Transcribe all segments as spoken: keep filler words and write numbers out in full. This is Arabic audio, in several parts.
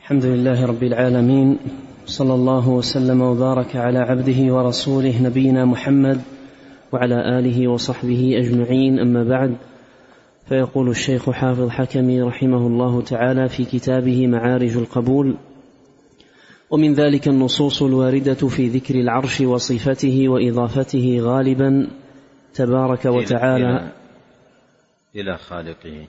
الحمد لله رب العالمين، صلى الله وسلم وبارك على عبده ورسوله نبينا محمد وعلى آله وصحبه أجمعين، أما بعد. فيقول الشيخ حافظ حكمي رحمه الله تعالى في كتابه معارج القبول: ومن ذلك النصوص الواردة في ذكر العرش وصفته وإضافته غالبا تبارك وتعالى إلى خالقه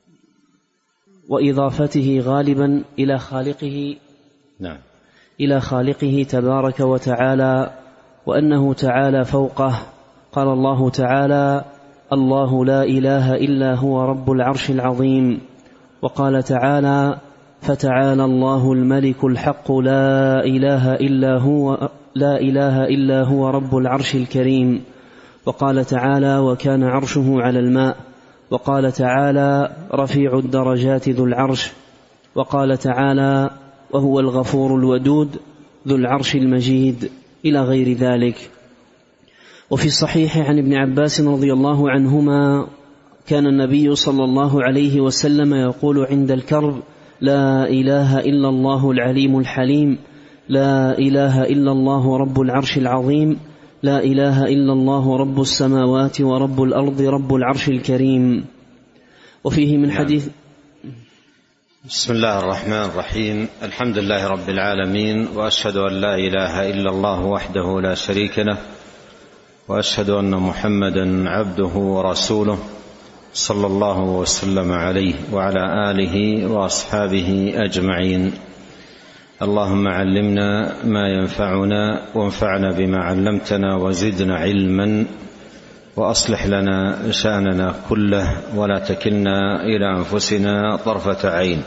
وإضافته غالبا إلى خالقه نعم إلى خالقه تبارك وتعالى، وأنه تعالى فوقه. قال الله تعالى: الله لا إله إلا هو رب العرش العظيم. وقال تعالى: فتعالى الله الملك الحق لا إله إلا هو لا إله إلا هو رب العرش الكريم. وقال تعالى: وكان عرشه على الماء. وقال تعالى: رفيع الدرجات ذو العرش. وقال تعالى: وهو الغفور الودود ذو العرش المجيد، إلى غير ذلك. وفي الصحيح عن ابن عباس رضي الله عنهما كان النبي صلى الله عليه وسلم يقول عند الكرب: لا إله إلا الله العليم الحليم، لا إله إلا الله رب العرش العظيم، لا إله إلا الله رب السماوات ورب الأرض رب العرش الكريم. وفيه من حديث. بسم الله الرحمن الرحيم. الحمد لله رب العالمين، وأشهد أن لا إله إلا الله وحده لا شريك له، وأشهد أن محمدا عبده ورسوله صلى الله وسلم عليه وعلى آله وأصحابه أجمعين. اللهم علمنا ما ينفعنا، وانفعنا بما علمتنا، وزدنا علما، وأصلح لنا شأننا كله، ولا تكلنا إلى أنفسنا طرفة عين.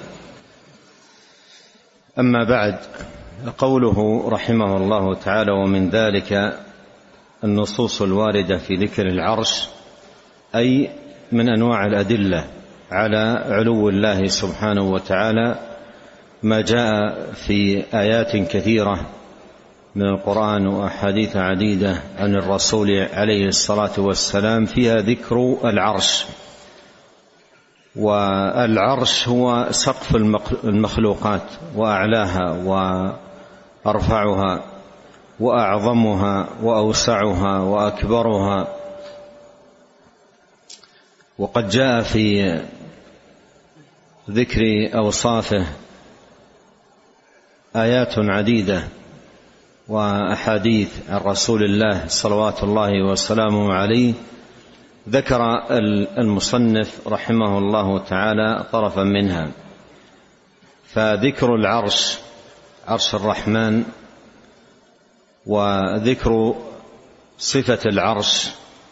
أما بعد، قوله رحمه الله تعالى: ومن ذلك النصوص الواردة في ذكر العرش، أي من أنواع الأدلة على علو الله سبحانه وتعالى ما جاء في آيات كثيرة من القرآن وأحاديث عديدة عن الرسول عليه الصلاة والسلام فيها ذكر العرش. والعرش هو سقف المخلوقات وأعلاها وأرفعها وأعظمها وأوسعها وأكبرها. وقد جاء في ذكر أوصافه آيات عديدة وأحاديث عن رسول الله صلوات الله وسلامه عليه. ذكر المصنف رحمه الله تعالى طرفا منها. فذكر العرش، عرش الرحمن، وذكر صفة العرش،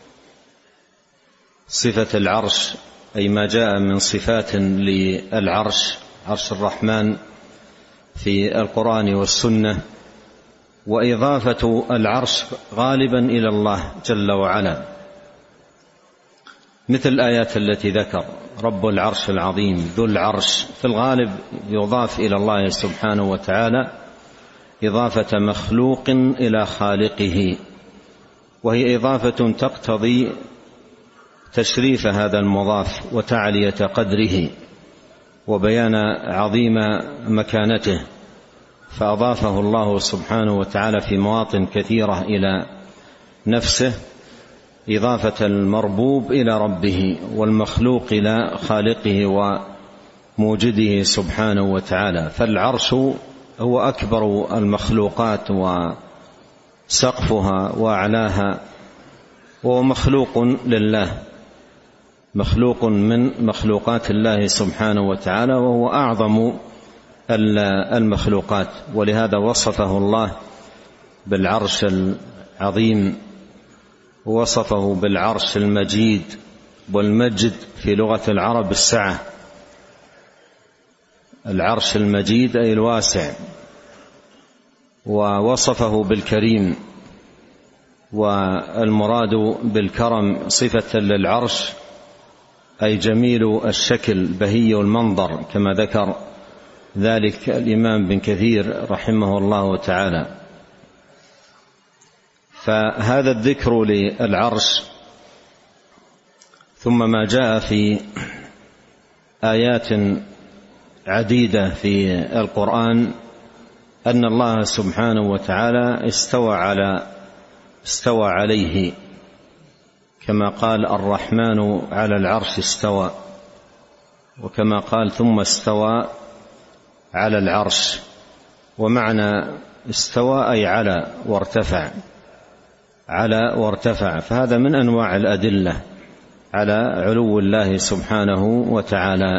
صفة العرش أي ما جاء من صفات للعرش، عرش الرحمن في القرآن والسنة، وإضافة العرش غالبا إلى الله جل وعلا، مثل الآيات التي ذكر: رب العرش العظيم، ذو العرش. في الغالب يضاف إلى الله سبحانه وتعالى إضافة مخلوق إلى خالقه، وهي إضافة تقتضي تشريف هذا المضاف وتعلية قدره وبيان عظيم مكانته، فأضافه الله سبحانه وتعالى في مواطن كثيرة إلى نفسه، إضافة المربوب إلى ربه والمخلوق إلى خالقه وموجده سبحانه وتعالى. فالعرش هو أكبر المخلوقات وسقفها وأعلاها، وهو مخلوق لله، مخلوق من مخلوقات الله سبحانه وتعالى، وهو أعظم المخلوقات. ولهذا وصفه الله بالعرش العظيم، ووصفه بالعرش المجيد. والمجد في لغة العرب السعة، العرش المجيد أي الواسع. ووصفه بالكريم، والمراد بالكرم صفة للعرش أي جميل الشكل بهي المنظر، كما ذكر ذلك الإمام بن كثير رحمه الله تعالى. فهذا الذكر للعرش، ثم ما جاء في آيات عديدة في القرآن أن الله سبحانه وتعالى استوى على استوى عليه، كما قال الرحمن على العرش استوى، وكما قال ثم استوى على العرش. ومعنى استوى أي على وارتفع، على وارتفع، فهذا من أنواع الأدلة على علو الله سبحانه وتعالى.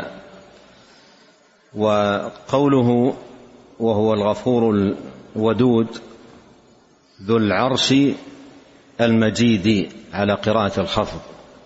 وقوله وهو الغفور الودود ذو العرش المجيد على قراءة الخفض،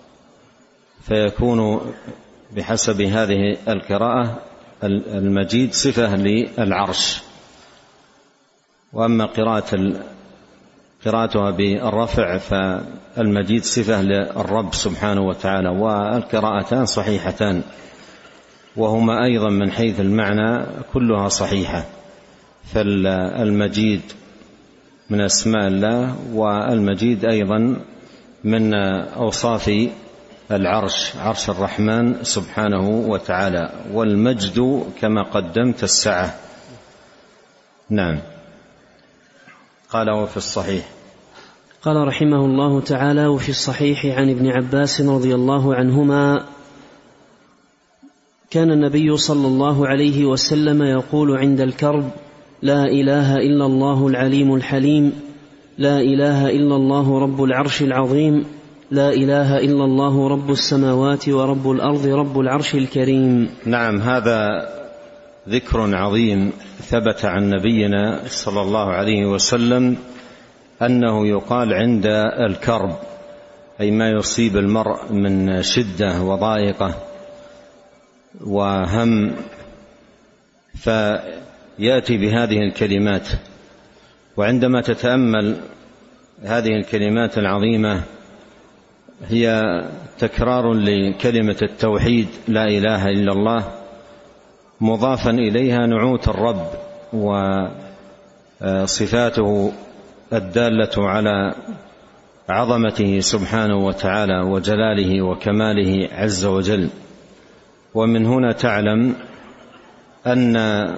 فيكون بحسب هذه القراءة المجيد صفة للعرش، وأما قراءة قراءتها بالرفع فالمجيد صفة للرب سبحانه وتعالى، والقراءتان صحيحتان، وهما أيضا من حيث المعنى كلها صحيحة. فالمجيد من أسماء الله، والمجيد أيضا من أوصاف العرش، عرش الرحمن سبحانه وتعالى، والمجد كما قدمت السعة. نعم. قال وفي الصحيح. قال رحمه الله تعالى: وفي الصحيح عن ابن عباس رضي الله عنهما كان النبي صلى الله عليه وسلم يقول عند الكرب: لا إله إلا الله العليم الحليم، لا إله إلا الله رب العرش العظيم، لا إله إلا الله رب السماوات ورب الأرض رب العرش الكريم. نعم، هذا ذكر عظيم ثبت عن نبينا صلى الله عليه وسلم أنه يقال عند الكرب، أي ما يصيب المرء من شدة وضائقة وهم، فيأتي بهذه الكلمات. وعندما تتأمل هذه الكلمات العظيمة هي تكرار لكلمة التوحيد لا إله إلا الله، مضافا إليها نعوت الرب وصفاته الدالة على عظمته سبحانه وتعالى وجلاله وكماله عز وجل. ومن هنا تعلم أن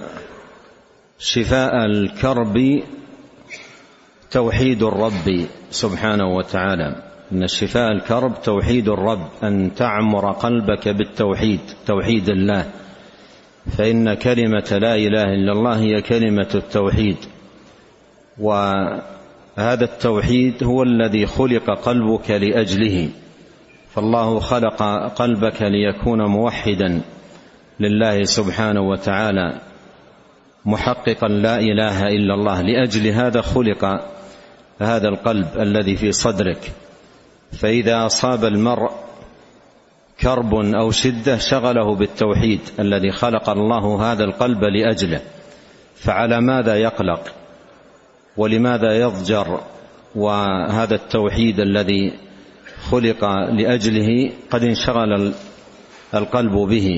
شفاء الكرب توحيد الرب سبحانه وتعالى، أن شفاء الكرب توحيد الرب، أن تعمر قلبك بالتوحيد، توحيد الله، فإن كلمة لا إله إلا الله هي كلمة التوحيد، وهذا التوحيد هو الذي خلق قلبك لأجله. فالله خلق قلبك ليكون موحدا لله سبحانه وتعالى، محققا لا إله إلا الله، لأجل هذا خلق هذا القلب الذي في صدرك. فإذا أصاب المرء كرب أو شدة شغله بالتوحيد الذي خلق الله هذا القلب لأجله، فعلى ماذا يقلق ولماذا يضجر؟ وهذا التوحيد الذي خلق لأجله قد انشغل القلب به.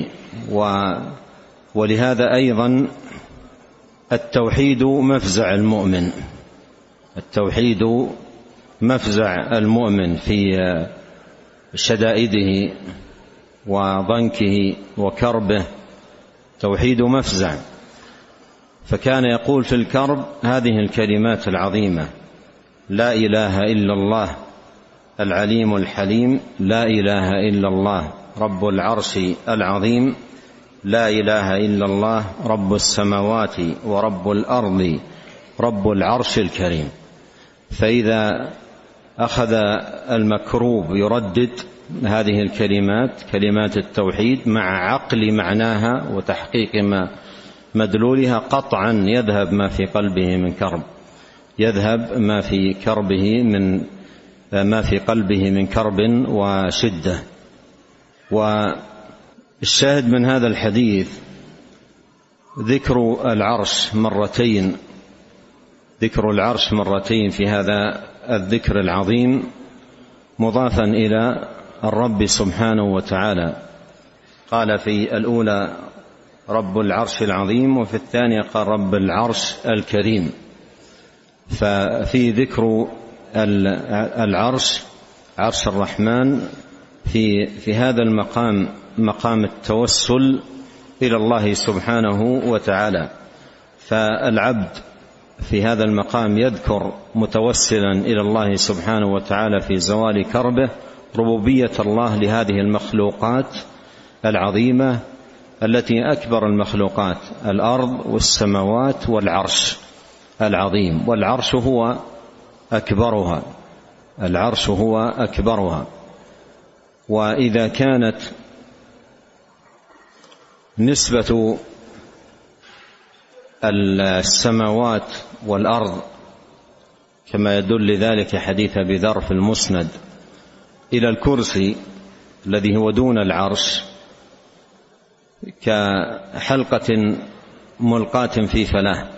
ولهذا أيضا التوحيد مفزع المؤمن، التوحيد مفزع المؤمن في شدائده وضنكه وكربه، توحيد مفزع. فكان يقول في الكرب هذه الكلمات العظيمة: لا إله إلا الله العليم الحليم، لا إله إلا الله رب العرش العظيم، لا إله إلا الله رب السماوات ورب الأرض رب العرش الكريم. فإذا أخذ المكروب يردد هذه الكلمات، كلمات التوحيد، مع عقل معناها وتحقيق ما مدلولها، قطعا يذهب ما في قلبه من كرب، يذهب ما في كربه من ما في قلبه من كرب وشدة. والشاهد من هذا الحديث ذكر العرش مرتين، ذكر العرش مرتين في هذا الذكر العظيم، مضافا إلى الرب سبحانه وتعالى. قال في الأولى رب العرش العظيم، وفي الثانية قال رب العرش الكريم. ففي ذكر العرش، عرش الرحمن، في في هذا المقام مقام التوسل إلى الله سبحانه وتعالى. فالعبد في هذا المقام يذكر متوسلا إلى الله سبحانه وتعالى في زوال كربه ربوبية الله لهذه المخلوقات العظيمة التي أكبر المخلوقات الأرض والسماوات والعرش العظيم، والعرش هو أكبرها، العرش هو أكبرها. وإذا كانت نسبة السماوات والأرض كما يدل ذلك حديث أبي ذر في المسند إلى الكرسي الذي هو دون العرش كحلقة ملقاة في فلاة،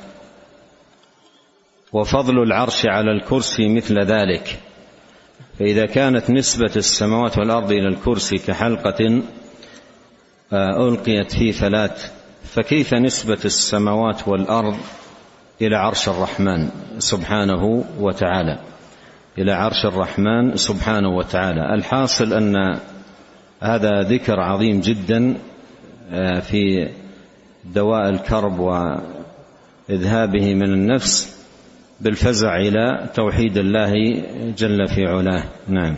وفضل العرش على الكرسي مثل ذلك. فإذا كانت نسبة السماوات والأرض إلى الكرسي كحلقة ألقيت في فلاة، فكيف نسبة السماوات والأرض إلى عرش الرحمن سبحانه وتعالى، إلى عرش الرحمن سبحانه وتعالى. الحاصل أن هذا ذكر عظيم جدا في دواء الكرب وإذهابه من النفس بالفزع إلى توحيد الله جل في علاه. نعم.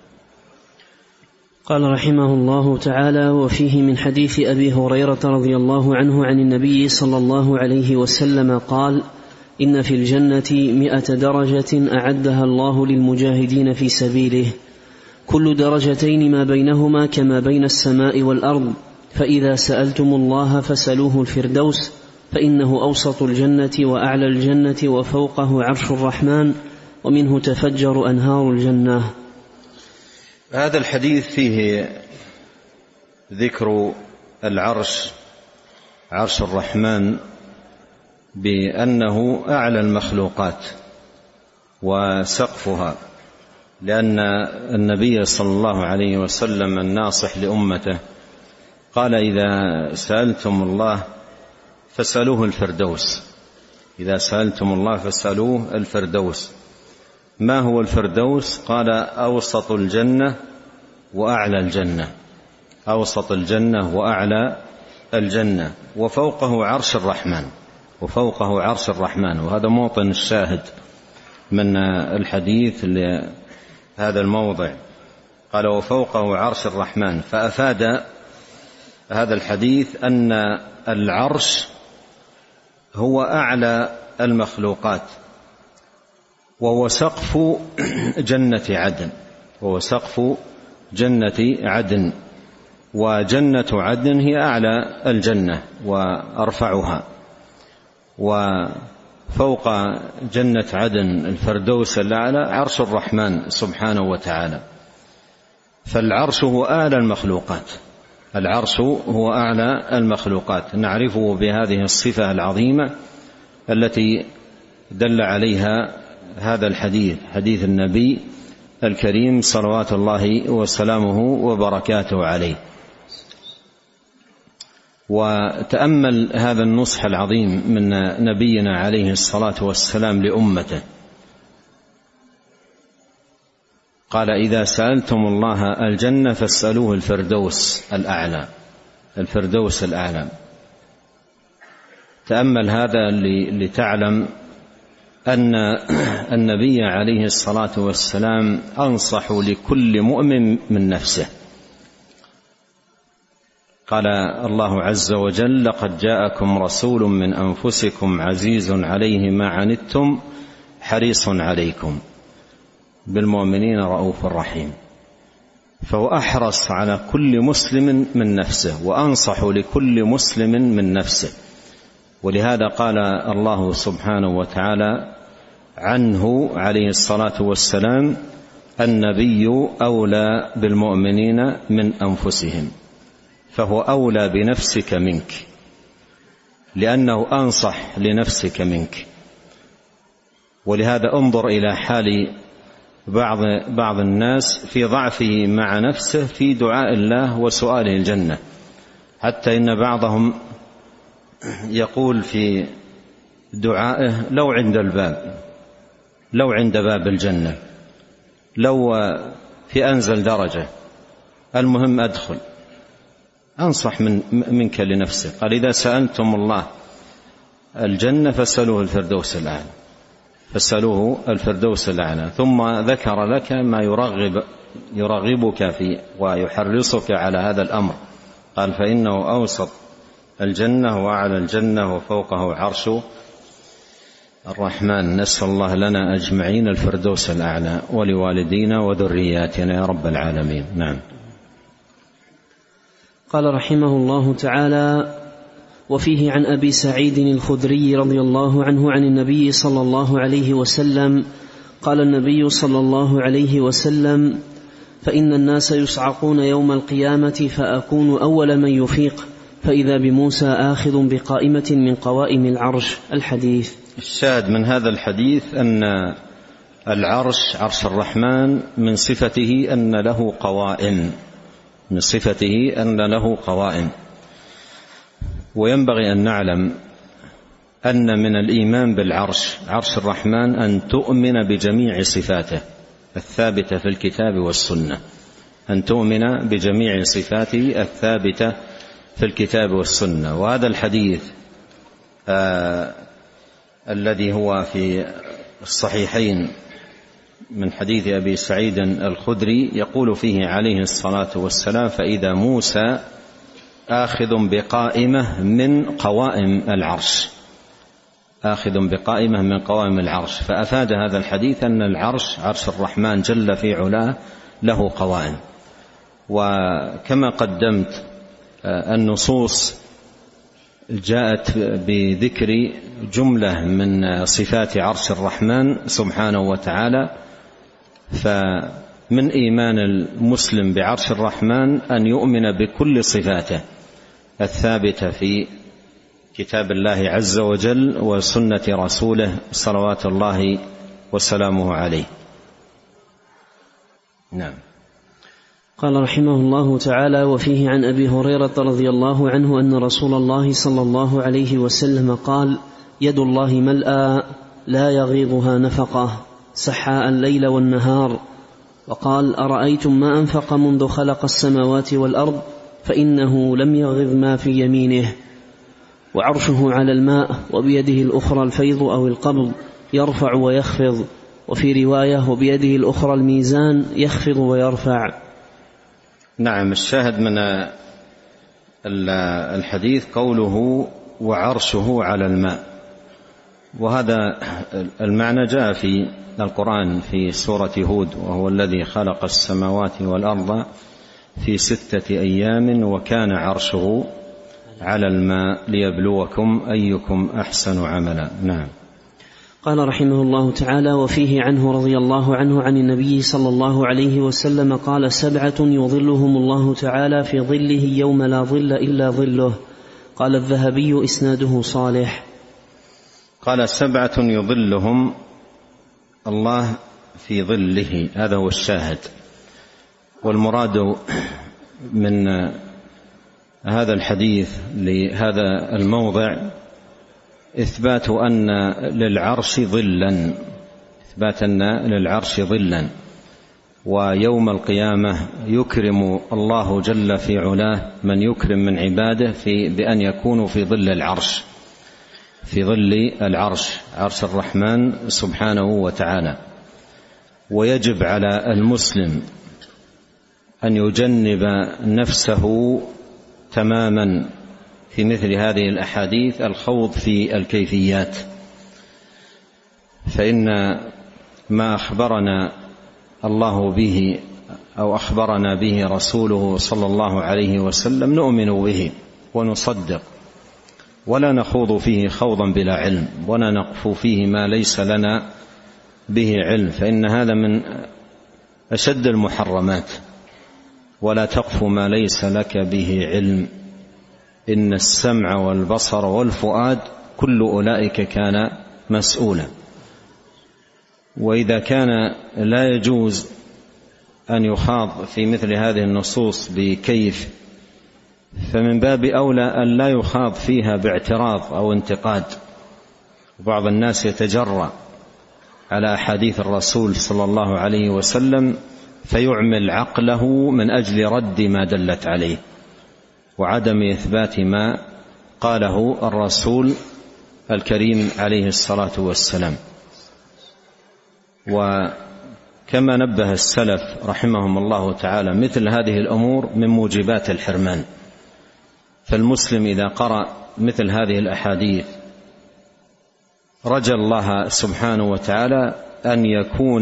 قال رحمه الله تعالى: وفيه من حديث أبي هريرة رضي الله عنه عن النبي صلى الله عليه وسلم قال: إن في الجنة مئة درجة أعدها الله للمجاهدين في سبيله، كل درجتين ما بينهما كما بين السماء والأرض، فإذا سألتم الله فسألوه الفردوس، فإنه أوسط الجنة وأعلى الجنة وفوقه عرش الرحمن، ومنه تفجر أنهار الجنة. هذا الحديث فيه ذكر العرش، عرش الرحمن، بأنه أعلى المخلوقات وسقفها، لأن النبي صلى الله عليه وسلم الناصح لأمته قال: إذا سألتم الله فاسألوه الفردوس، إذا سألتم الله فاسألوه الفردوس. ما هو الفردوس؟ قال: أوسط الجنة وأعلى الجنة، أوسط الجنة وأعلى الجنة، وفوقه عرش الرحمن، وفوقه عرش الرحمن. وهذا موطن الشاهد من الحديث لهذا الموضع، قال: وفوقه عرش الرحمن. فأفاد هذا الحديث أن العرش هو أعلى المخلوقات، وهو سقف جنة عدن، وهو سقف جنة عدن، وجنة عدن هي أعلى الجنة وأرفعها، وفوق جنة عدن الفردوس الأعلى عرش الرحمن سبحانه وتعالى. فالعرش هو أعلى المخلوقات، العرش هو أعلى المخلوقات، نعرفه بهذه الصفة العظيمة التي دل عليها هذا الحديث، حديث النبي الكريم صلوات الله وسلامه وبركاته عليه. وتأمل هذا النصح العظيم من نبينا عليه الصلاة والسلام لأمته، قال: إذا سألتم الله الجنة فاسألوه الفردوس الأعلى، الفردوس الأعلى. تأمل هذا لتعلم أن النبي عليه الصلاة والسلام أنصح لكل مؤمن من نفسه. قال الله عز وجل: لقد جاءكم رسول من أنفسكم عزيز عليه ما عنتم حريص عليكم بالمؤمنين رؤوف رحيم. فهو أحرص على كل مسلم من نفسه، وأنصح لكل مسلم من نفسه. ولهذا قال الله سبحانه وتعالى عنه عليه الصلاة والسلام: النبي أولى بالمؤمنين من أنفسهم. فهو أولى بنفسك منك، لأنه أنصح لنفسك منك. ولهذا انظر إلى حال بعض بعض الناس في ضعفه مع نفسه في دعاء الله وسؤاله الجنة، حتى إن بعضهم يقول في دعائه: لو عند الباب، لو عند باب الجنة، لو في أنزل درجة، المهم أدخل. أنصح من منك لنفسك. قال إذا سألتم الله الجنة فاسألوه الفردوس الأعلى، فاسألوه الفردوس الأعلى. ثم ذكر لك ما يرغب يرغبك في ويحرصك على هذا الأمر. قال فإنه أوسط الجنة وأعلى الجنة وفوقه عرش الرحمن. نسأل الله لنا أجمعين الفردوس الأعلى ولوالدينا وذرياتنا يا رب العالمين. نعم. قال رحمه الله تعالى: وفيه عن أبي سعيد الخدري رضي الله عنه عن النبي صلى الله عليه وسلم قال النبي صلى الله عليه وسلم: فإن الناس يصعقون يوم القيامة فأكون أول من يفيق، فإذا بموسى آخذ بقائمة من قوائم العرش. الحديث. الشاهد من هذا الحديث أن العرش عرش الرحمن من صفته أن له قوائم، من صفته أن له قوائم. وينبغي أن نعلم أن من الإيمان بالعرش عرش الرحمن أن تؤمن بجميع صفاته الثابتة في الكتاب والسنة، أن تؤمن بجميع صفاته الثابتة في الكتاب والسنة. وهذا الحديث آه الذي هو في الصحيحين من حديث أبي سعيد الخدري يقول فيه عليه الصلاة والسلام: فإذا موسى آخذ بقائمة من قوائم العرش، آخذ بقائمة من قوائم العرش. فأفاد هذا الحديث أن العرش عرش الرحمن جل في علاه له قوائم. وكما قدمت النصوص جاءت بذكر جملة من صفات عرش الرحمن سبحانه وتعالى. فمن إيمان المسلم بعرش الرحمن أن يؤمن بكل صفاته الثابتة في كتاب الله عز وجل وسنة رسوله صلوات الله وسلامه عليه. نعم. قال رحمه الله تعالى: وفيه عن أبي هريرة رضي الله عنه أن رسول الله صلى الله عليه وسلم قال: يد الله ملأى لا يغيضها نفقة سحاء الليل والنهار. وقال: أرأيتم ما أنفق منذ خلق السماوات والأرض فإنه لم يغض ما في يمينه، وعرشه على الماء، وبيده الأخرى الفيض أو القبض يرفع ويخفض، وفي رواية: وبيده الأخرى الميزان يخفض ويرفع. نعم. الشاهد من الحديث قوله وعرشه على الماء، وهذا المعنى جاء في القرآن في سورة هود: وهو الذي خلق السماوات والأرض في ستة أيام وكان عرشه على الماء ليبلوكم أيكم أحسن عملا. نعم. قال رحمه الله تعالى: وفيه عنه رضي الله عنه عن النبي صلى الله عليه وسلم قال: سبعة يظلهم الله تعالى في ظله يوم لا ظل إلا ظله. قال الذهبي: إسناده صالح. قال: سبعة يظلهم الله في ظله، هذا هو الشاهد. والمراد من هذا الحديث لهذا الموضع إثبات أن للعرش ظلا، إثبات أن للعرش ظلا. ويوم القيامة يكرم الله جل في علاه من يكرم من عباده في بأن يكونوا في ظل العرش، في ظل العرش عرش الرحمن سبحانه وتعالى. ويجب على المسلم أن يجنب نفسه تماما في مثل هذه الأحاديث الخوض في الكيفيات، فإن ما أخبرنا الله به أو أخبرنا به رسوله صلى الله عليه وسلم نؤمن به ونصدق، ولا نخوض فيه خوضا بلا علم، ولا نقف فيه ما ليس لنا به علم، فإن هذا من أشد المحرمات. ولا تقف ما ليس لك به علم، إن السمع والبصر والفؤاد كل أولئك كان مسؤولا. وإذا كان لا يجوز أن يخاض في مثل هذه النصوص بكيف، فمن باب أولى أن لا يخاض فيها باعتراض أو انتقاد. وبعض الناس يتجرأ على أحاديث الرسول صلى الله عليه وسلم فيعمل عقله من أجل رد ما دلت عليه، وعدم إثبات ما قاله الرسول الكريم عليه الصلاة والسلام. وكما نبه السلف رحمهم الله تعالى مثل هذه الأمور من موجبات الحرمان، فالمسلم إذا قرأ مثل هذه الأحاديث رجى الله سبحانه وتعالى أن يكون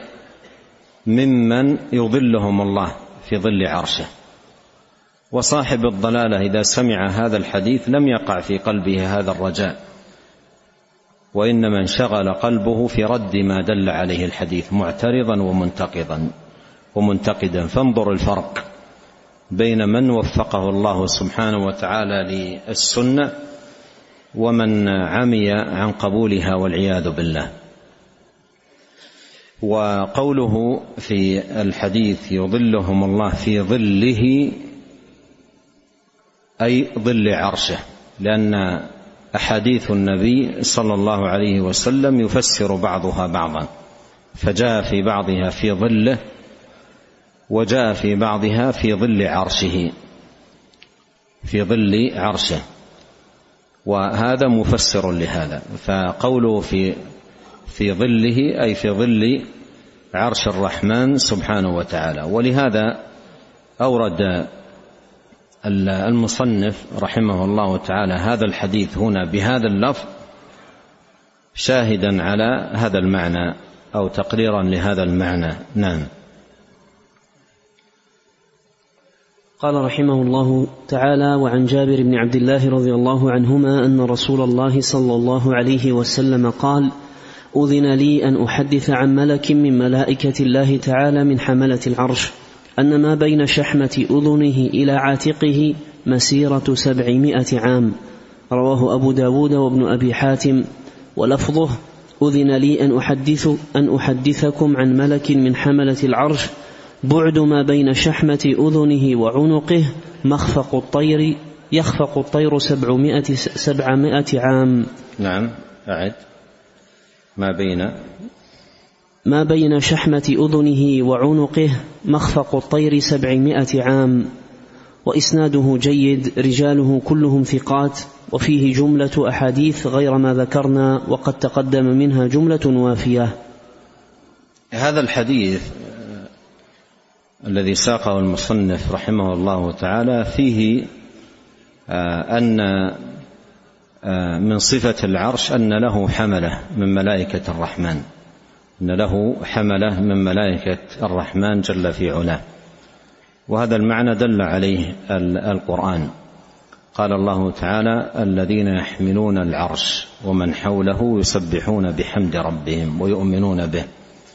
ممن يظلهم الله في ظل عرشه. وصاحب الضلالة إذا سمع هذا الحديث لم يقع في قلبه هذا الرجاء، وإنما انشغل قلبه في رد ما دل عليه الحديث معترضا ومنتقدا ومنتقدا. فانظر الفرق بين من وفقه الله سبحانه وتعالى للسنة ومن عمي عن قبولها والعياذ بالله. وقوله في الحديث يظلهم الله في ظله أي ظل عرشه، لأن أحاديث النبي صلى الله عليه وسلم يفسر بعضها بعضا، فجاء في بعضها في ظله وجاء في بعضها في ظل عرشه، في ظل عرشه، وهذا مفسر لهذا. فقوله في في ظله أي في ظل عرش الرحمن سبحانه وتعالى. ولهذا أورد المصنف رحمه الله تعالى هذا الحديث هنا بهذا اللفظ شاهدا على هذا المعنى أو تقريرا لهذا المعنى. نعم. قال رحمه الله تعالى: وعن جابر بن عبد الله رضي الله عنهما أن رسول الله صلى الله عليه وسلم قال: أذن لي أن أحدث عن ملك من ملائكة الله تعالى من حملة العرش أن ما بين شحمة أذنه إلى عاتقه مسيرة سبعمائة عام. رواه أبو داود وابن أبي حاتم. ولفظه: أذن لي أن, أحدث أن أحدثكم عن ملك من حملة العرش بعد ما بين شحمة أذنه وعنقه مخفق الطير يخفق الطير سبعمائة, سبعمائة عام. نعم. أعد. ما بين ما بين شحمة أذنه وعنقه مخفق الطير سبعمائة عام. وإسناده جيد، رجاله كلهم ثقات، وفيه جملة أحاديث غير ما ذكرنا وقد تقدم منها جملة وافية. هذا الحديث الذي ساقه المصنف رحمه الله تعالى فيه أن من صفة العرش أن له حملة من ملائكة الرحمن، أن له حملة من ملائكة الرحمن جل في علاه. وهذا المعنى دل عليه القرآن. قال الله تعالى: الذين يحملون العرش ومن حوله يسبحون بحمد ربهم ويؤمنون به.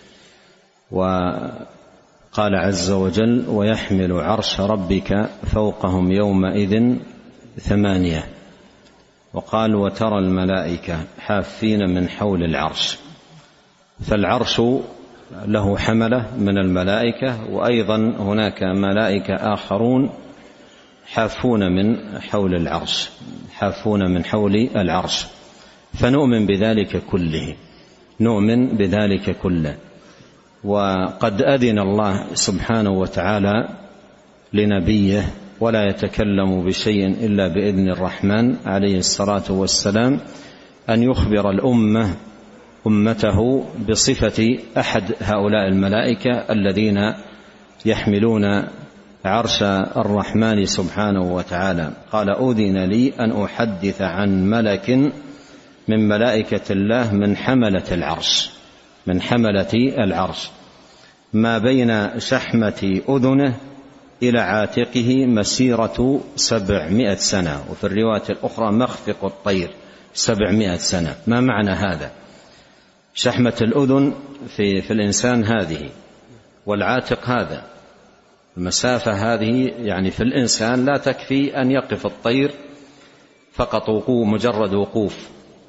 وقال عز وجل: ويحمل عرش ربك فوقهم يومئذ ثمانية. وقال: وترى الملائكة حافين من حول العرش. فالعرش له حملة من الملائكة، وأيضا هناك ملائكة آخرون حافون من حول العرش حافون من حول العرش فنؤمن بذلك كله نؤمن بذلك كله. وقد أذن الله سبحانه وتعالى لنبيه ولا يتكلم بشيء إلا بإذن الرحمن عليه الصلاة والسلام أن يخبر الأمة أمته بصفة أحد هؤلاء الملائكة الذين يحملون عرش الرحمن سبحانه وتعالى. قال: أذن لي أن أحدث عن ملك من ملائكة الله من حملة العرش من حملة العرش ما بين شحمة أذنه إلى عاتقه مسيرة سبعمائة سنة، وفي الرواية الأخرى مخفق الطير سبعمائة سنة. ما معنى هذا؟ شحمة الأذن في, في الإنسان هذه، والعاتق هذا، المسافة هذه يعني في الإنسان لا تكفي أن يقف الطير فقط وقوف مجرد وقوف،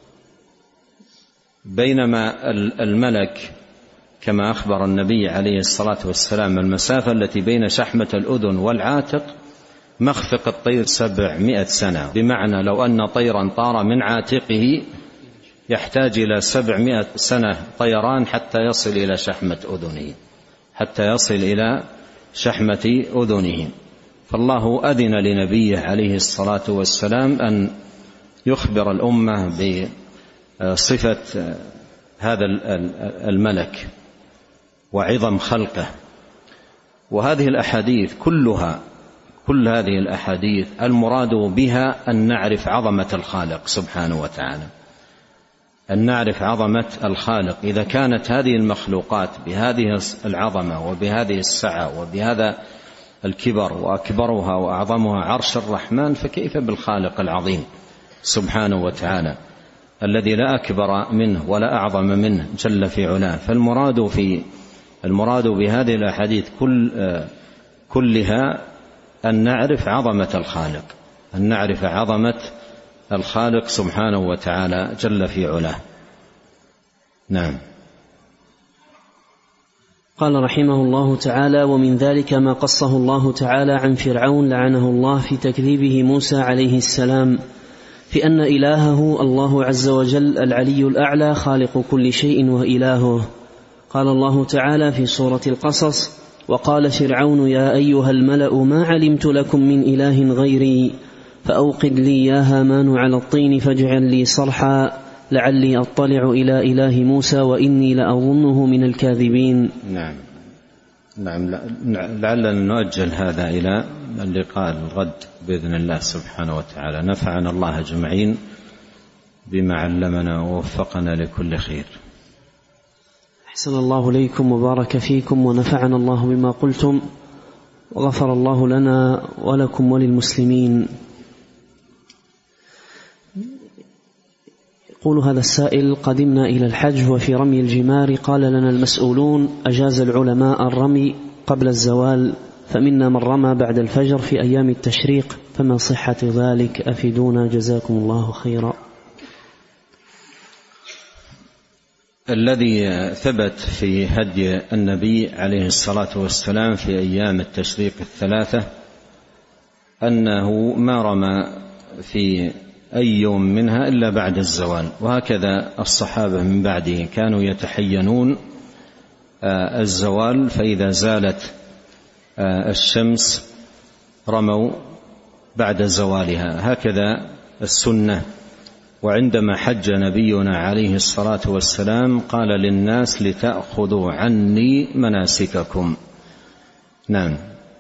بينما الملك كما أخبر النبي عليه الصلاة والسلام المسافة التي بين شحمة الأذن والعاتق مخفق الطير سبعمائة سنة، بمعنى لو أن طيرا طار من عاتقه يحتاج إلى سبعمائة سنة طيران حتى يصل إلى شحمة أذنه حتى يصل إلى شحمة أذنه فالله أذن لنبيه عليه الصلاة والسلام أن يخبر الأمة بصفة هذا الملك وعظم خلقه. وهذه الأحاديث كلها كل هذه الأحاديث المراد بها أن نعرف عظمة الخالق سبحانه وتعالى، أن نعرف عظمة الخالق. إذا كانت هذه المخلوقات بهذه العظمة وبهذه السعة وبهذا الكبر، وأكبرها وأعظمها عرش الرحمن، فكيف بالخالق العظيم سبحانه وتعالى الذي لا أكبر منه ولا أعظم منه جل في علاه. فالمراد في المراد بهذه الأحاديث كل كلها أن نعرف عظمة الخالق، أن نعرف عظمة الخالق سبحانه وتعالى جل في علاه. نعم. قال رحمه الله تعالى: ومن ذلك ما قصه الله تعالى عن فرعون لعنه الله في تكذيبه موسى عليه السلام، في أن إلهه الله عز وجل العلي الأعلى خالق كل شيء وإلهه. قال الله تعالى في سورة القصص: وقال فرعون يا أيها الملأ ما علمت لكم من إله غيري فأوقد لي يا هامان على الطين فاجعل لي صرحا لعلي أطلع إلى إله موسى وإني لأظنه من الكاذبين. نعم نعم لعلنا نؤجل هذا إلى اللقاء الغد بإذن الله سبحانه وتعالى. نفعنا الله أجمعين بما علمنا ووفقنا لكل خير. أحسن الله إليكم وبارك فيكم ونفعنا الله بما قلتم وغفر الله لنا ولكم وللمسلمين. يقول هذا السائل: قدمنا إلى الحج وفي رمي الجمار قال لنا المسؤولون أجاز العلماء الرمي قبل الزوال، فمنا من رمى بعد الفجر في أيام التشريق، فما صحة ذلك؟ أفيدونا جزاكم الله خيرا. الذي ثبت في هدي النبي عليه الصلاة والسلام في أيام التشريق الثلاثة أنه ما رمى في أي يوم منها إلا بعد الزوال، وهكذا الصحابة من بعده كانوا يتحينون الزوال، فإذا زالت الشمس رموا بعد زوالها، هكذا السنة. وعندما حج نبينا عليه الصلاة والسلام قال للناس لتأخذوا عني مناسككم. نعم.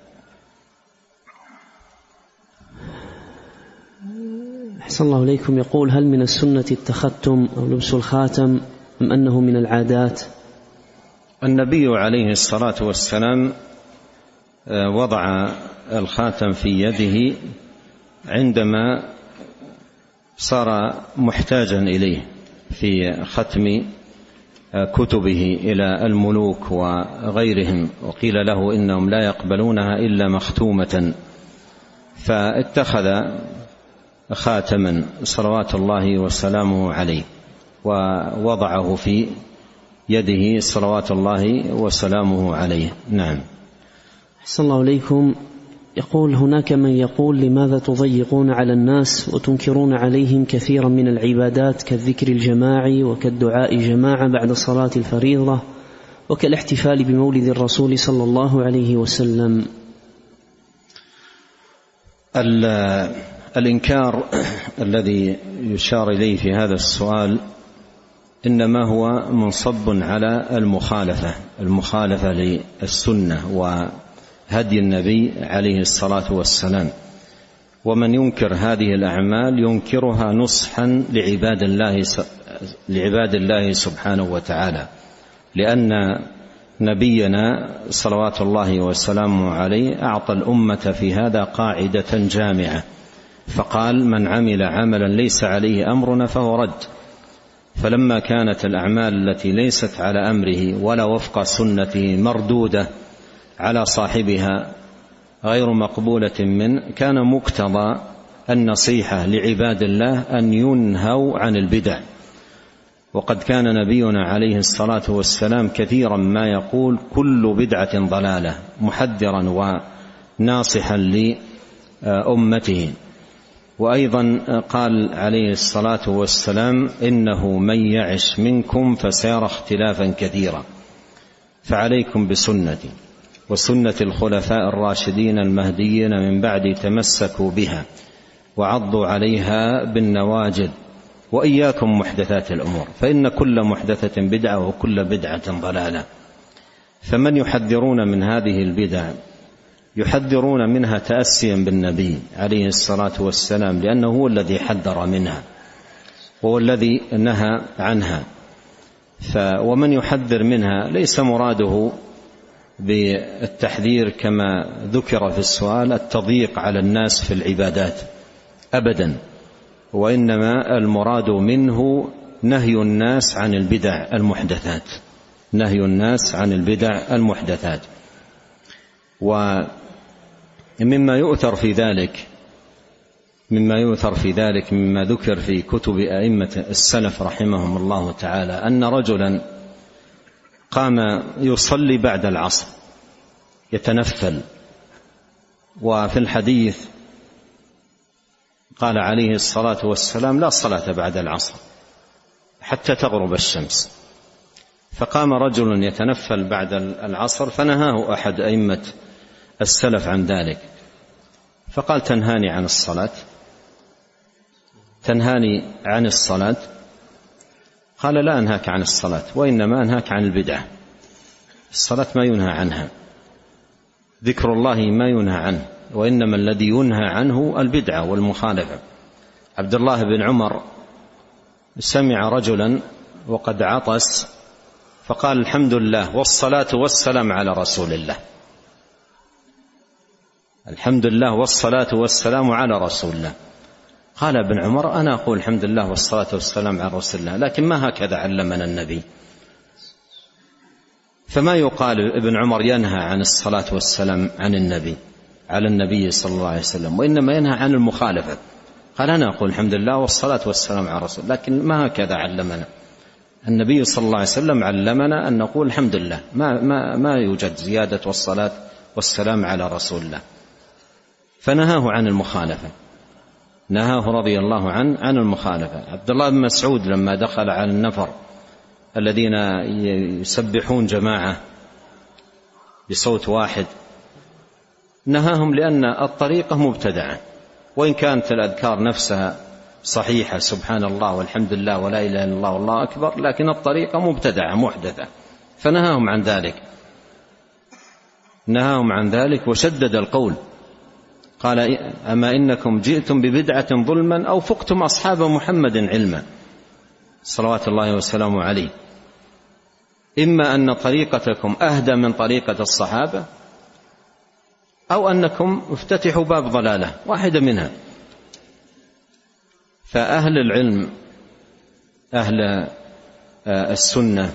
أحسن الله إليكم. يقول: هل من السنة التختم أو لبس الخاتم أم أنه من العادات؟ النبي عليه الصلاة والسلام وضع الخاتم في يده عندما صار محتاجا إليه في ختم كتبه إلى الملوك وغيرهم، وقيل له إنهم لا يقبلونها إلا مختومة، فاتخذ خاتما صلوات الله وسلامه عليه ووضعه في يده صلوات الله وسلامه عليه. نعم. أحسن الله إليكم. يقول: هناك من يقول لماذا تضيقون على الناس وتنكرون عليهم كثيرا من العبادات كالذكر الجماعي وكالدعاء جماعة بعد صلاة الفريضة وكالاحتفال بمولد الرسول صلى الله عليه وسلم. الإنكار الذي يشار إليه في هذا السؤال إنما هو منصب على المخالفة المخالفة للسنة وهدي النبي عليه الصلاة والسلام. ومن ينكر هذه الأعمال ينكرها نصحا لعباد الله لعباد الله سبحانه وتعالى، لأن نبينا صلوات الله وسلامه عليه أعطى الأمة في هذا قاعدة جامعة، فقال: من عمل عملا ليس عليه أمرنا فهو رد. فلما كانت الأعمال التي ليست على أمره ولا وفق سنته مردودة على صاحبها غير مقبولة منه، كان مقتضى النصيحة لعباد الله أن ينهوا عن البدع. وقد كان نبينا عليه الصلاة والسلام كثيرا ما يقول: كل بدعة ضلالة، محذرا وناصحا لأمته. وأيضا قال عليه الصلاة والسلام: إنه من يعش منكم فسيرى اختلافا كثيرا، فعليكم بسنتي وسنة الخلفاء الراشدين المهديين من بعد تمسكوا بها وعضوا عليها بالنواجذ، وإياكم محدثات الأمور فإن كل محدثة بدعة وكل بدعة ضلالة. فمن يحذرون من هذه البدع يحذرون منها تأسيا بالنبي عليه الصلاة والسلام، لأنه هو الذي حذر منها وهو الذي نهى عنها. ومن يحذر منها ليس مراده بالتحذير كما ذكر في السؤال التضييق على الناس في العبادات أبدا، وإنما المراد منه نهي الناس عن البدع المحدثات، نهي الناس عن البدع المحدثات. ومما يؤثر في ذلك مما يؤثر في ذلك مما ذكر في كتب أئمة السلف رحمهم الله تعالى أن رجلا قام يصلي بعد العصر يتنفل، وفي الحديث قال عليه الصلاة والسلام لا صلاة بعد العصر حتى تغرب الشمس. فقام رجل يتنفل بعد العصر فنهاه أحد أئمة السلف عن ذلك، فقال تنهاني عن الصلاة تنهاني عن الصلاة قال لا أنهاك عن الصلاة، وإنما أنهاك عن البدعة. الصلاة ما ينهى عنها، ذكر الله ما ينهى عنه، وإنما الذي ينهى عنه البدعة والمخالفة. عبد الله بن عمر سمع رجلا وقد عطس فقال الحمد لله والصلاة والسلام على رسول الله، الحمد لله والصلاة والسلام على رسول الله. قال ابن عمر أنا أقول الحمد لله والصلاة والسلام على رسول الله، لكن ما هكذا علمنا النبي. فما يقال ابن عمر ينهى عن الصلاة والسلام عن النبي على النبي صلى الله عليه وسلم، وإنما ينهى عن المخالفة. قال أنا أقول الحمد لله والصلاة والسلام على رسول الله، لكن ما هكذا علمنا النبي صلى الله عليه وسلم. علمنا أن نقول الحمد لله، ما, ما, ما يوجد زيادة والصلاة والسلام على رسول الله. فنهاه عن المخالفة، نهاه رضي الله عنه عن المخالفة. عبد الله بن مسعود لما دخل على النفر الذين يسبحون جماعة بصوت واحد نهاهم، لأن الطريقة مبتدعة، وإن كانت الأذكار نفسها صحيحة سبحان الله والحمد لله ولا إله إلا الله والله أكبر، لكن الطريقة مبتدعة محدثة، فنهاهم عن ذلك نهاهم عن ذلك وشدد القول. قال أما إنكم جئتم ببدعة ظلما أو فقتم أصحاب محمد علما صلوات الله وسلامه عليه، إما أن طريقتكم أهدى من طريقة الصحابة أو أنكم افتتحوا باب ضلالة، واحدة منها. فأهل العلم أهل السنة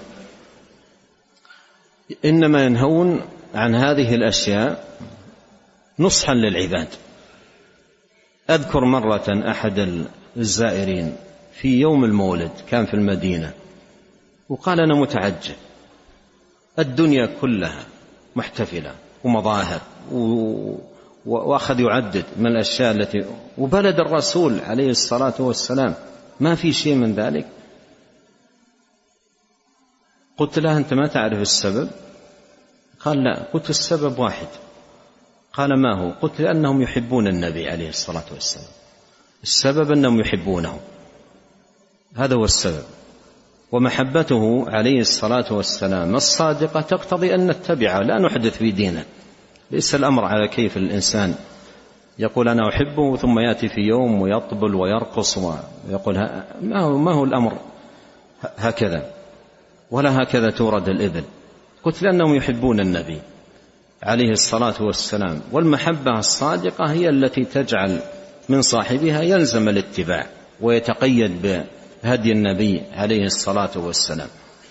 إنما ينهون عن هذه الأشياء نصحا للعباد. أذكر مرة أحد الزائرين في يوم المولد كان في المدينة وقال أنا متعجب، الدنيا كلها محتفلة ومظاهر وأخذ يعدد من الأشياء التي وبلد الرسول عليه الصلاة والسلام ما في شيء من ذلك. قلت له أنت ما تعرف السبب؟ قال لا. قلت السبب واحد. قال ما هو؟ قلت لأنهم يحبون النبي عليه الصلاة والسلام، السبب أنهم يحبونه، هذا هو السبب. ومحبته عليه الصلاة والسلام الصادقة تقتضي أن نتبعه لا نحدث في دينه. ليس الأمر على كيف الإنسان يقول أنا أحبه ثم يأتي في يوم ويطبل ويرقص ويقول ما هو, ما هو الأمر هكذا، ولا هكذا تورد الإبل. قلت لأنهم يحبون النبي عليه الصلاة والسلام، والمحبة الصادقة هي التي تجعل من صاحبها يلزم الاتباع ويتقيد بهدي النبي عليه الصلاة والسلام.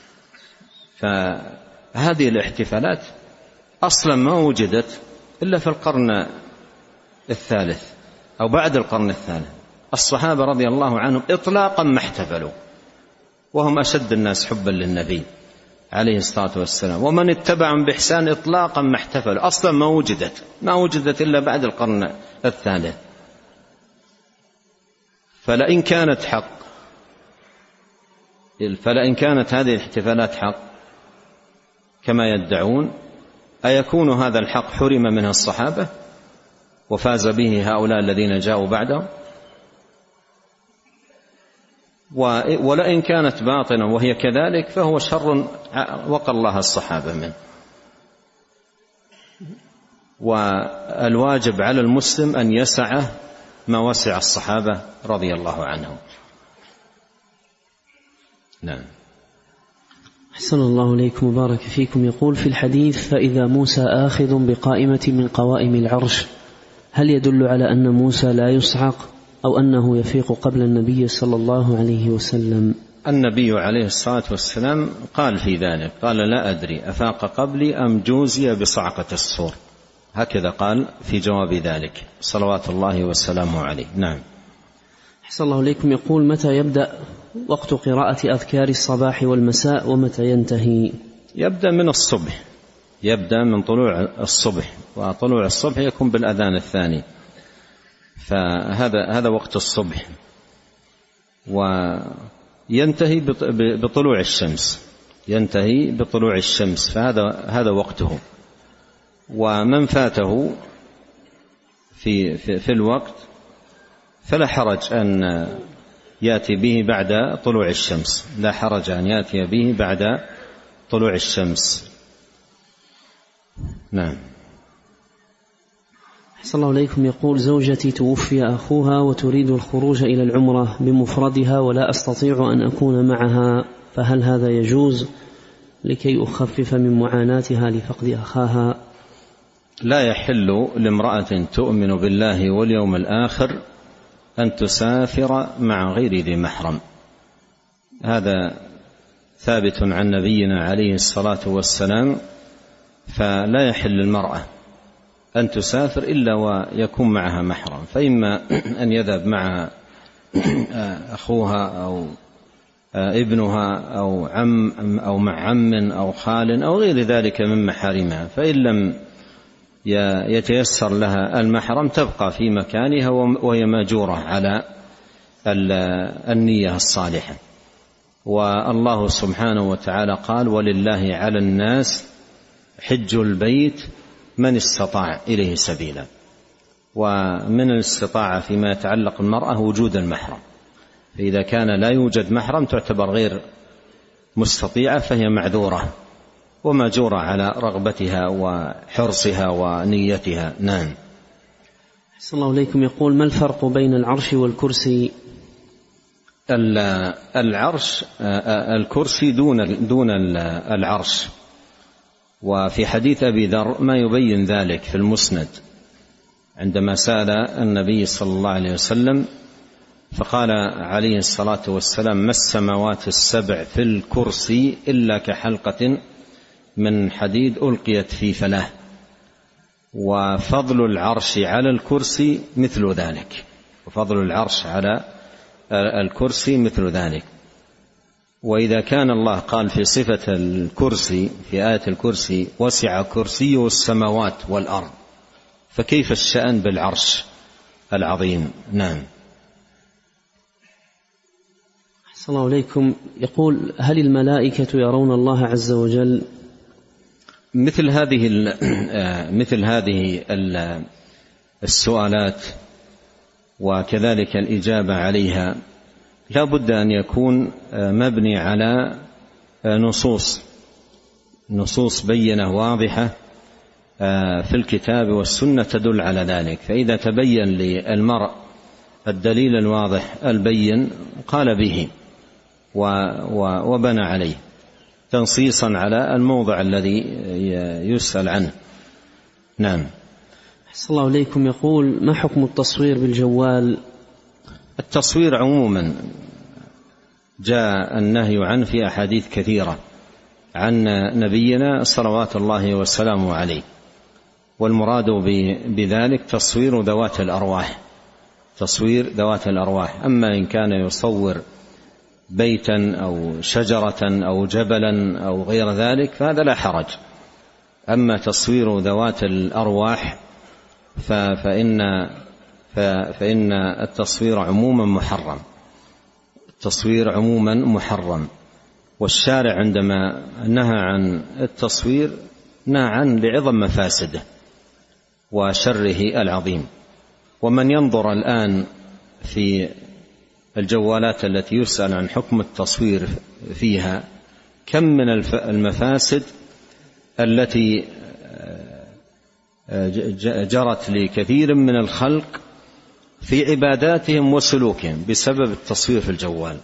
فهذه الاحتفالات أصلا ما وجدت إلا في القرن الثالث أو بعد القرن الثالث. الصحابة رضي الله عنهم إطلاقا ما احتفلوا، وهم أشد الناس حبا للنبي عليه الصلاة والسلام، ومن اتبعهم بإحسان إطلاقا ما احتفلوا، أصلا ما وجدت ما وجدت إلا بعد القرن الثالث. فلئن كانت حق فلئن كانت هذه الاحتفالات حق كما يدعون أيكون هذا الحق حرم منه الصحابة وفاز به هؤلاء الذين جاءوا بعدهم؟ ولئن كانت باطنا وهي كذلك فهو شر وقى الله الصحابة منه. والواجب على المسلم أن يسعه ما وسع الصحابة رضي الله عنهم. نعم. أحسن الله إليكم وبارك فيكم. يقول في الحديث: فإذا موسى آخذ بقائمة من قوائم العرش، هل يدل على أن موسى لا يصعق أو أنه يفيق قبل النبي صلى الله عليه وسلم؟ النبي عليه الصلاة والسلام قال في ذلك، قال: لا أدري أفاق قبلي أم جوزي بصعقة الصور، هكذا قال في جواب ذلك صلوات الله وسلامه عليه. نعم. أحسن الله إليكم. يقول: متى يبدأ وقت قراءة أذكار الصباح والمساء ومتى ينتهي؟ يبدأ من الصبح، يبدأ من طلوع الصبح، وطلوع الصبح يكون بالأذان الثاني، فهذا هذا وقت الصبح، وينتهي بطلوع الشمس، ينتهي بطلوع الشمس، فهذا هذا وقته. ومن فاته في في, في الوقت فلا حرج أن يأتي به بعد طلوع الشمس، لا حرج أن يأتي به بعد طلوع الشمس. نعم. أحسن الله إليكم. يقول: زوجتي توفي أخوها وتريد الخروج إلى العمرة بمفردها ولا أستطيع أن أكون معها، فهل هذا يجوز لكي أخفف من معاناتها لفقد أخاها؟ لا يحل لامرأة تؤمن بالله واليوم الآخر أن تسافر مع غير ذي محرم، هذا ثابت عن نبينا عليه الصلاة والسلام، فلا يحل للمرأة أن تسافر إلا ويكون معها محرم، فإما أن يذهب معها أخوها أو ابنها أو عم أو مع عم أو خال أو غير ذلك من محارمها، فإن لم يتيسر لها المحرم تبقى في مكانها وهي ماجورة على النية الصالحة. والله سبحانه وتعالى قال: ولله على الناس حج البيت من استطاع إليه سبيلا. ومن الاستطاعة فيما يتعلق المرأة وجود المحرم، فإذا كان لا يوجد محرم تعتبر غير مستطيعة فهي معذورة وماجورة على رغبتها وحرصها ونيتها. نعم. أحسن الله إليكم. يقول: ما الفرق بين العرش والكرسي؟ العرش الكرسي دون دون العرش، وفي حديث أبي ذر ما يبين ذلك في المسند عندما سأل النبي صلى الله عليه وسلم فقال عليه الصلاة والسلام: ما السماوات السبع في الكرسي إلا كحلقة من حديد ألقيت في فلاه، وفضل العرش على الكرسي مثل ذلك، وفضل العرش على الكرسي مثل ذلك. وإذا كان الله قال في صفة الكرسي في آية الكرسي: وسع كرسيه السماوات والأرض، فكيف الشأن بالعرش العظيم؟ نعم. أحسن الله إليكم. يقول: هل الملائكة يرون الله عز وجل؟ مثل هذه مثل هذه السؤالات وكذلك الإجابة عليها لا بد أن يكون مبني على نصوص نصوص بينة واضحة في الكتاب والسنة تدل على ذلك. فإذا تبين للمرء الدليل الواضح البين قال به وبنى عليه تنصيصا على الموضع الذي يسأل عنه. نعم. أحسن الله إليكم. يقول: ما حكم التصوير بالجوال؟ التصوير عموما جاء النهي عنه في أحاديث كثيرة عن نبينا صلوات الله وسلامه عليه، والمراد بذلك تصوير ذوات الأرواح، تصوير ذوات الأرواح. أما إن كان يصور بيتا أو شجرة أو جبلا أو غير ذلك فهذا لا حرج. أما تصوير ذوات الأرواح فإن فإن التصوير عموما محرم، التصوير عموما محرم. والشارع عندما نهى عن التصوير ناعا لعظم مفاسده وشره العظيم. ومن ينظر الآن في الجوالات التي يسأل عن حكم التصوير فيها كم من المفاسد التي جرت لكثير من الخلق في عباداتهم وسلوكهم بسبب التصوير في الجوال،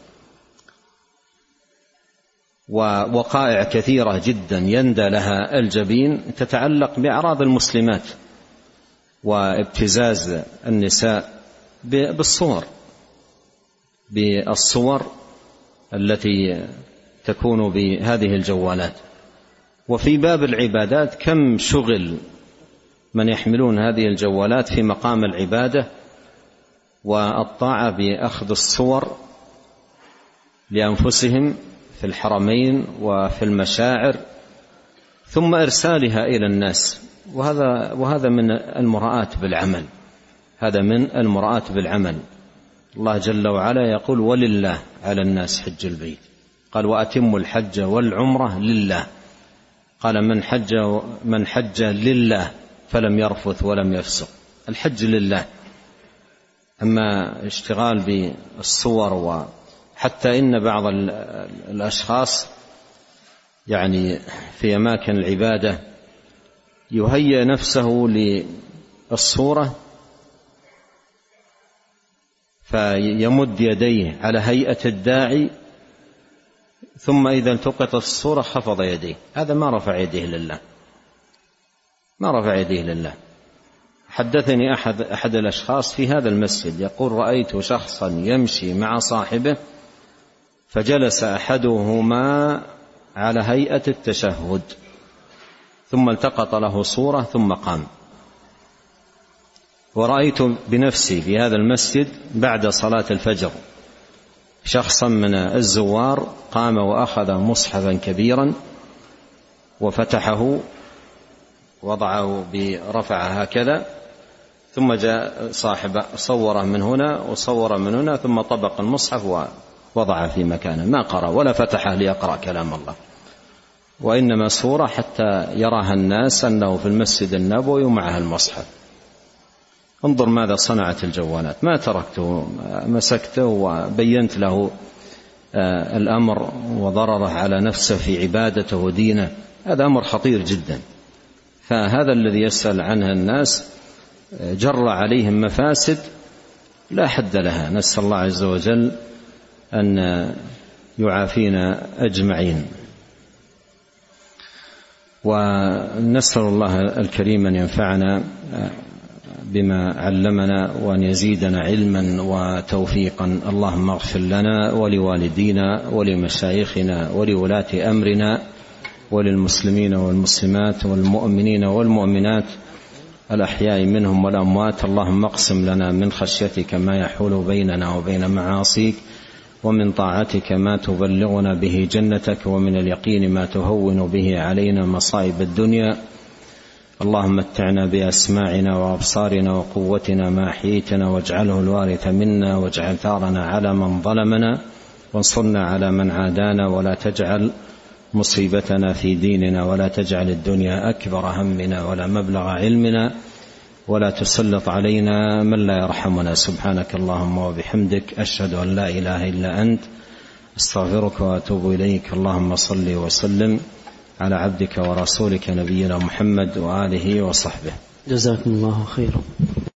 ووقائع كثيرة جدا يندى لها الجبين تتعلق بأعراض المسلمات وابتزاز النساء بالصور بالصور التي تكون بهذه الجوالات. وفي باب العبادات كم شغل من يحملون هذه الجوالات في مقام العبادة والطاعة بأخذ الصور لأنفسهم في الحرمين وفي المشاعر ثم إرسالها إلى الناس، وهذا وهذا من المراءة بالعمل، هذا من المراءة بالعمل. الله جل وعلا يقول: ولله على الناس حج البيت، قال: وأتموا الحج والعمرة لله، قال: من حج من حج لله فلم يرفث ولم يفسق، الحج لله. أما اشتغال بالصور، وحتى إن بعض الأشخاص يعني في أماكن العبادة يهيئ نفسه للصورة فيمد يديه على هيئة الداعي، ثم إذا التقطت الصورة خفض يديه، هذا ما رفع يديه لله، ما رفع يديه لله. حدثني أحد, أحد الأشخاص في هذا المسجد يقول: رأيت شخصا يمشي مع صاحبه فجلس أحدهما على هيئة التشهد ثم التقط له صورة ثم قام. ورأيت بنفسي في هذا المسجد بعد صلاة الفجر شخصا من الزوار قام وأخذ مصحفا كبيرا وفتحه وضعه برفعه هكذا، ثم جاء صاحب صوره من هنا وصوره من هنا ثم طبق المصحف ووضعه في مكانه، ما قرأ ولا فتحه ليقرأ كلام الله، وإنما صورة حتى يراها الناس أنه في المسجد النبوي ومعها المصحف. انظر ماذا صنعت الجوالات، ما تركته، مسكته وبينت له الأمر وضرره على نفسه في عبادته ودينه، هذا أمر خطير جدا. فهذا الذي يسأل عنها الناس جر عليهم مفاسد لا حد لها، نسأل الله عز وجل أن يعافينا أجمعين. ونسأل الله الكريم أن ينفعنا بما علمنا وأن يزيدنا علما وتوفيقا. اللهم اغفر لنا ولوالدينا ولمشايخنا ولولاة أمرنا وللمسلمين والمسلمات والمؤمنين والمؤمنات الأحياء منهم والأموات. اللهم اقسم لنا من خشيتك ما يحول بيننا وبين معاصيك، ومن طاعتك ما تبلغنا به جنتك، ومن اليقين ما تهون به علينا مصائب الدنيا. اللهم متعنا بأسماعنا وأبصارنا وقوتنا ما أحييتنا، واجعله الوارث منا، واجعل ثارنا على من ظلمنا، وانصرنا على من عادانا، ولا تجعل مصيبتنا في ديننا، ولا تجعل الدنيا أكبر همنا ولا مبلغ علمنا، ولا تسلط علينا من لا يرحمنا. سبحانك اللهم وبحمدك، أشهد أن لا إله إلا أنت، استغفرك وأتوب إليك. اللهم صل وسلم على عبدك ورسولك نبينا محمد وآله وصحبه. جزاكم الله خيرا.